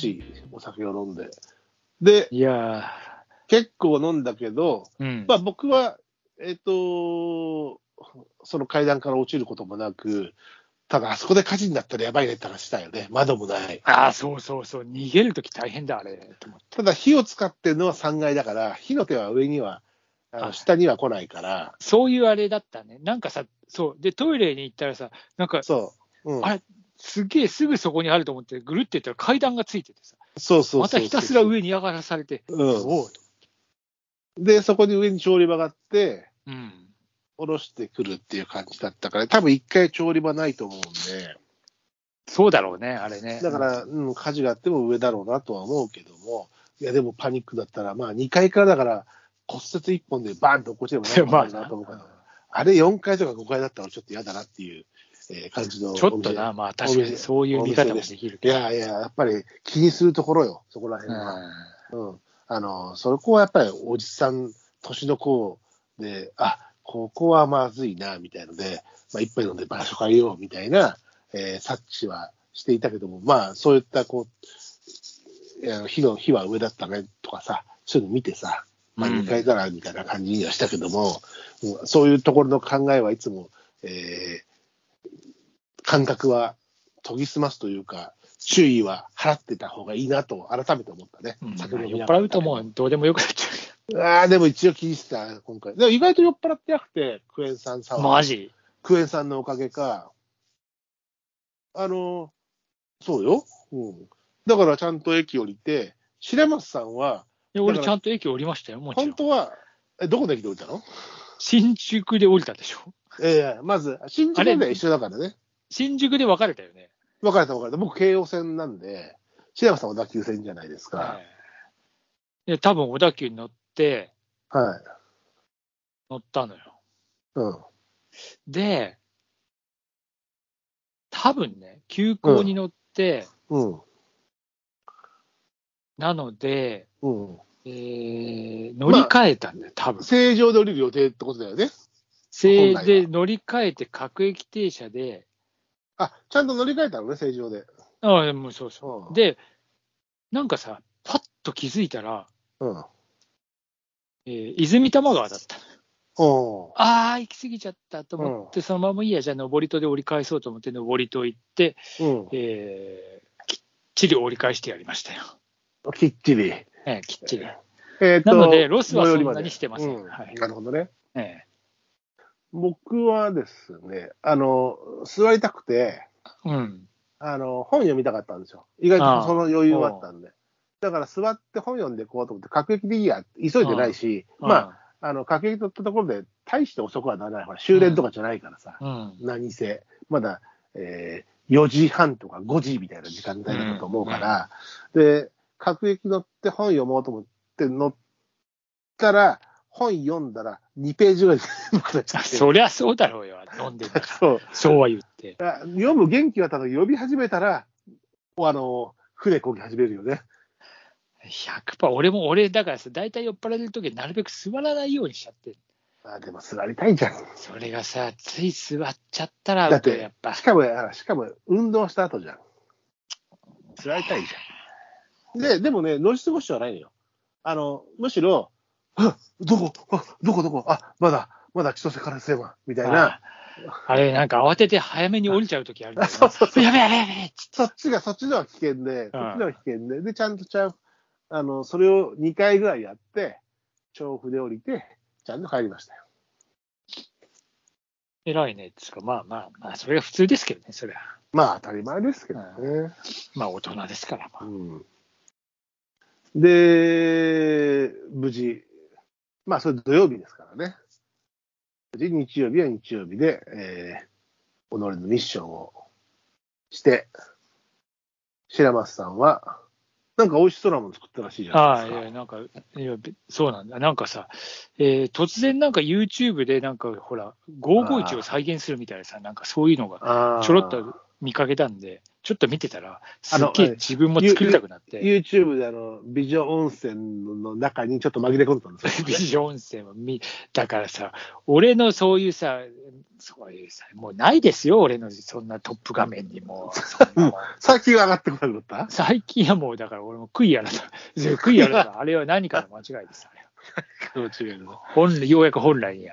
しいお酒を飲んで。で、 いや結構飲んだけど、まあ僕は、その階段から落ちることもなく、ただあそこで火事になったらやばいねって話したよね。窓もない。 そうそうそう。逃げるとき大変だ、あれ。と思って。 ただ火を使ってるのは3階だから、火の手は上には、下には来ないから。 そういうあれだったね。なんかさ、そう。で、トイレに行ったらさ、なんか、 そう。 あれ、すげえすぐそこにあると思って、ぐるって言ったら階段がついててさ、 そう。 またひたすら上に上がらされて、 で、そこに上に調理場があって、 うん。 下ろしてくるっていう感じだったから、多分一回調理場ないと思うんで。 そうだろうね、あれね。 だから、火事があっても上だろうなとは思うけども、いや、でもパニックだったら、まあ2階からだから骨折1本でバーンと落っこちればなんかあるなと思うから、あれ4階とか5階だったらちょっと嫌だなっていう、感じの。 ちょっとな、まあ確かにそういう見方もできるけど。 いや、やっぱり気にするところよ、そこら辺は。そこはやっぱりおじさん、年の子で、ここはまずいな、みたいので、まあ一杯飲んで場所変えよう、みたいな、察知はしていたけども、まあそういった火は上だったねとかさ、そういうの見てさ、まあ2階だなみたいな感じにはしたけども、そういうところの考えはいつも、感覚は研ぎ澄ますというか、注意は払ってた方がいいなと改めて思ったね。 酔っ払うともうどうでもよくなっちゃう。でも一応気にしてた、今回。でも意外と酔っ払ってなくて、クエン酸サワー。 マジ？ クエン酸のおかげか。そうよ。だからちゃんと駅降りて、白松さんは、 俺ちゃんと駅降りましたよ、もちろん。 本当は、どこの駅で降りたの？ 新宿で降りたでしょ。 まず、新宿で一緒だからね。 新宿で別れたよね。 別れた。僕、京王線なんで、白松さんは小田急線じゃないですか。 多分小田急に乗って、乗ったのよ。で、多分ね、急行に乗って、なので、乗り換えたんだよ、多分。 正常で降りる予定ってことだよね。 で、乗り換えて各駅停車で。 ちゃんと乗り換えたのね、正常で。 もうそうそう。で、なんかさ、パッと気づいたら、泉多摩川だったの。行き過ぎちゃったと思って、そのままいいや、じゃあ登戸で折り返そうと思って、登戸行って、きっちり折り返してやりましたよ。 きっちり。 きっちり。なので、ロスはそんなにしてません。 なるほどね。僕はですね、座りたくて、本読みたかったんですよ。意外とその余裕があったんで。だから座って本読んでいこうと思って、各駅でいいや、急いでないし、各駅取ったところで大して遅くはならない。ほら、終電とかじゃないからさ、何せ。まだ、4時半とか5時みたいな時間帯だったと思うから、で、各駅乗って本読もうと思って乗ったら、本読んだら2ページぐらいで僕たち。 そりゃそうだろうよ、飲んでんだから。そうは言って。 読む元気がただ呼び始めたら、船こぎ始めるよね。 100%、俺だからさ、大体酔っ払ってる時はなるべく座らないようにしちゃってる。 でも座りたいじゃん。 それがさ、つい座っちゃったら、 だってやっぱ。しかも運動した後じゃん。座りたいじゃん。でもね、乗り過ごしはないのよ。むしろ、どこ、まだ千歳からすれば、みたいな。 あれ、なんか慌てて早めに降りちゃうときあるんだよ。 そう。 やべそっちのは危険で、で、ちゃんとそれを2回ぐらいやって、調布で降りて、ちゃんと帰りましたよ。 偉いね。ですか。まあ、それが普通ですけどね、それは。 まあ、当たり前ですけどね。 まあ、大人ですから。 で、無事、まあ、それ土曜日ですからね。日曜日は日曜日で、己のミッションをして、白松さんは、なんか美味しそうなもの作ったらしいじゃないですか。 なんか、そうなんだ。なんかさ、突然なんか YouTube でなんかほら、551を再現するみたいなさ、なんかそういうのがちょろっと見かけたんで、ちょっと見てたら、すっげえ自分も作りたくなって。 YouTube で美女温泉の中にちょっと紛れ込んでたんですよ。 美女温泉はだからさ、俺のそういうさ、もうないですよ、俺のそんなトップ画面にも。 最近は上がってこなくなった？ 最近はもう、だから俺も悔いやらだ。あれは何かの間違いです、あれは。間違いだ。ようやく本来に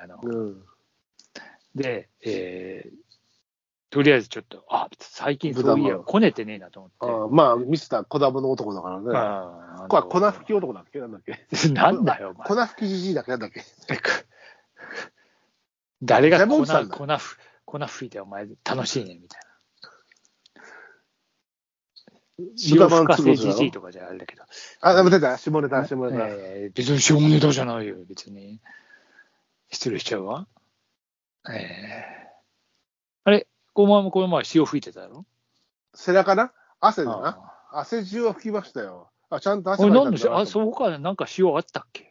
で、とりあえずちょっと、最近そういや、こねてねえなと思って。 まあ、ミスター小玉の男だからね。粉吹き男だっけなんだっけなんだよ、お前。 粉吹きじじいだっけなんだっけ誰が粉吹いてお前楽しいねみたいな。塩吹かせじじいとかじゃあれだけど。 出た、下ネタ。 別に下ネタじゃないよ、別に。失礼しちゃうわ。あれこの前潮吹いてただろ？ 背中な？汗だな。汗中は吹きましたよ。ちゃんと汗かいたんだな。 そうか、なんか潮あったっけ？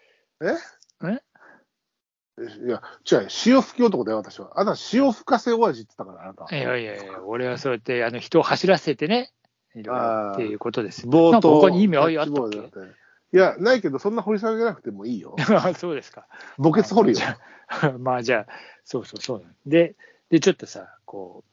いや、違う、潮吹き男だよ、私は。あなた、潮吹かせ親父って言ったから、あなた。 いや、俺はそうやって人を走らせてね、いろいろっていうことです。 冒頭。なんか他に意味あったっけ？ いや、ないけど、そんな掘り下げなくてもいいよ。 そうですか。 墓穴掘るよ。 まあ、じゃあ、そうなんで、ちょっとさ、こ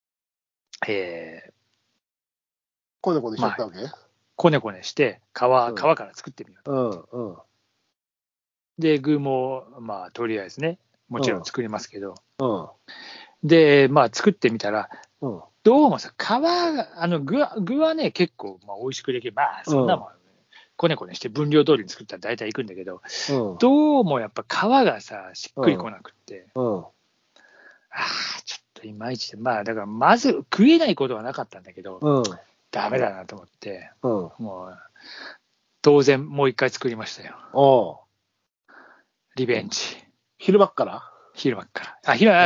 ねこねしちゃったわけ？ こねこねして、皮から作ってみよう。 で、具も、まあ、とりあえずね、もちろん作りますけど。で、まあ、作ってみたら、どうもさ、具はね、結構、まあ、美味しくできる。まあ、そんなもん、こねこねして分量通りに作ったら大体いくんだけど、どうもやっぱ皮がさ、しっくりこなくって。ちょっといまいちで、まあ、だから、まず食えないことはなかったんだけど、ダメだなと思って、もう、当然もう一回作りましたよ。リベンジ。 昼間っから？ 昼間っから。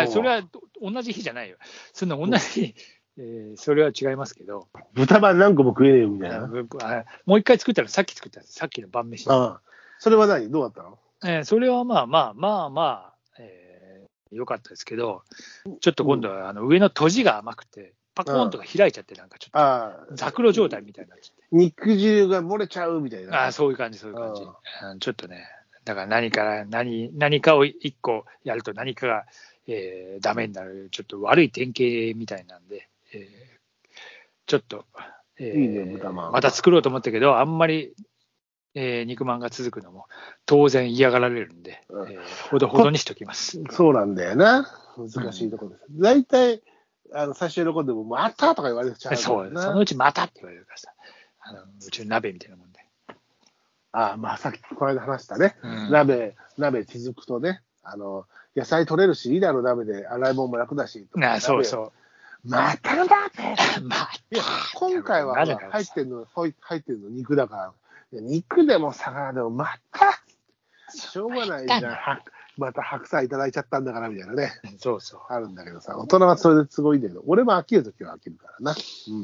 それは同じ日じゃないよ。そんな同じ日、それは違いますけど。 豚まん何個も食えねえよみたいな。 もう一回作ったらさっき作ったんです。さっきの晩飯。 それは何？どうだったの？それはまあ、良かったですけど、ちょっと今度は上の閉じが甘くて、パコーンとか開いちゃって、なんかちょっと、ザクロ状態みたいになっちゃって。 肉汁が漏れちゃうみたいな。 そういう感じ。ちょっとね、だから何かを一個やると何かが、ダメになる、ちょっと悪い典型みたいなんで、ちょっと、 いいね、豚まん。 また作ろうと思ったけど、あんまり、肉まんが続くのも当然嫌がられるんで、ほどほどにしときます。 そうなんだよな。難しいところです。大体、最初喜んでも、またとか言われちゃう。 そのうちまたって言われるからさ、うちの鍋みたいなもんで。 まあさっきこの間話したね。鍋続くとね、野菜取れるし、いいだろ、鍋で洗い物も楽だし。 そう。 また鍋今回は入ってるの肉だから、肉でも魚でもまたしょうがないじゃん。また白菜いただいちゃったんだからみたいなね。 そう。 あるんだけどさ、大人はそれですごいんだけど、俺も飽きるときは飽きるからな。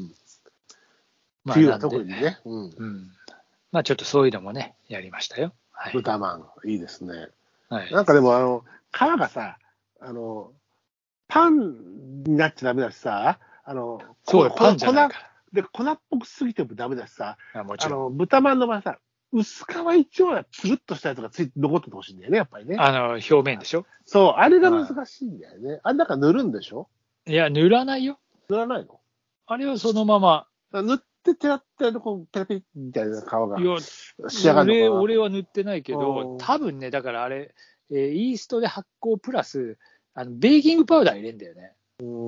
冬は特にね。 まあちょっとそういうのもね、やりましたよ。 豚まん、いいですね。なんかでも皮がさ、パンになっちゃダメだしさ、 パンじゃないから。 で、粉っぽくすぎてもダメだしさ、 もちろん豚まんの場合さ、薄皮一応はつるっとしたやつが残っててほしいんだよね、やっぱりね。 表面でしょ？ そう、あれが難しいんだよね。なんか塗るんでしょ？ いや、塗らないよ。 塗らないの？ あれはそのまま。 塗っててやってると、ペラペラみたいな皮が仕上がるのかな。 俺は塗ってないけど、多分ね、だからあれ、イーストで発酵プラス、ベーキングパウダー入れんだよね。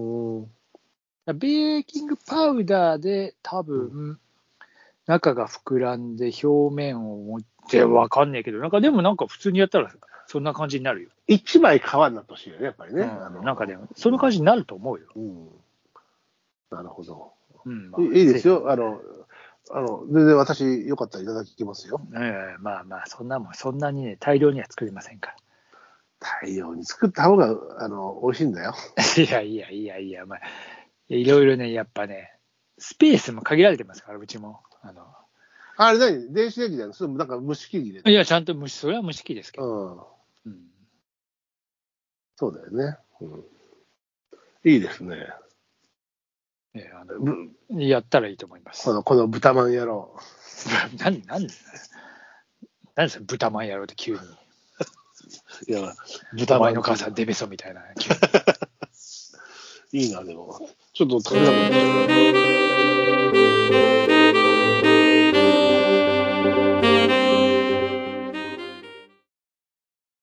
ベーキングパウダーで多分、中が膨らんで表面を持ってわかんないけど、でも普通にやったらそんな感じになるよ。 一枚皮になってほしいよね、やっぱりね。 なんかでも、その感じになると思うよ。 なるほど。いいですよ。全然私、よかったらいただきますよ。 まあ、そんなにね、大量には作りませんから。 大量に作った方が、美味しいんだよ。 いや、まあ、いろいろね、やっぱね、スペースも限られてますから、うちも。 あれ何？電子レンジでそれなんか蒸し器入れて。 いや、ちゃんとそれは蒸し器ですけど。 そうだよね。いいですね。 やったらいいと思います。 この豚まん野郎。 なんですか、豚まん野郎って急に。 いや、豚まん。 お前の母さんデベソみたいな。 いいな、でも。ちょっと食べたくなっちゃう。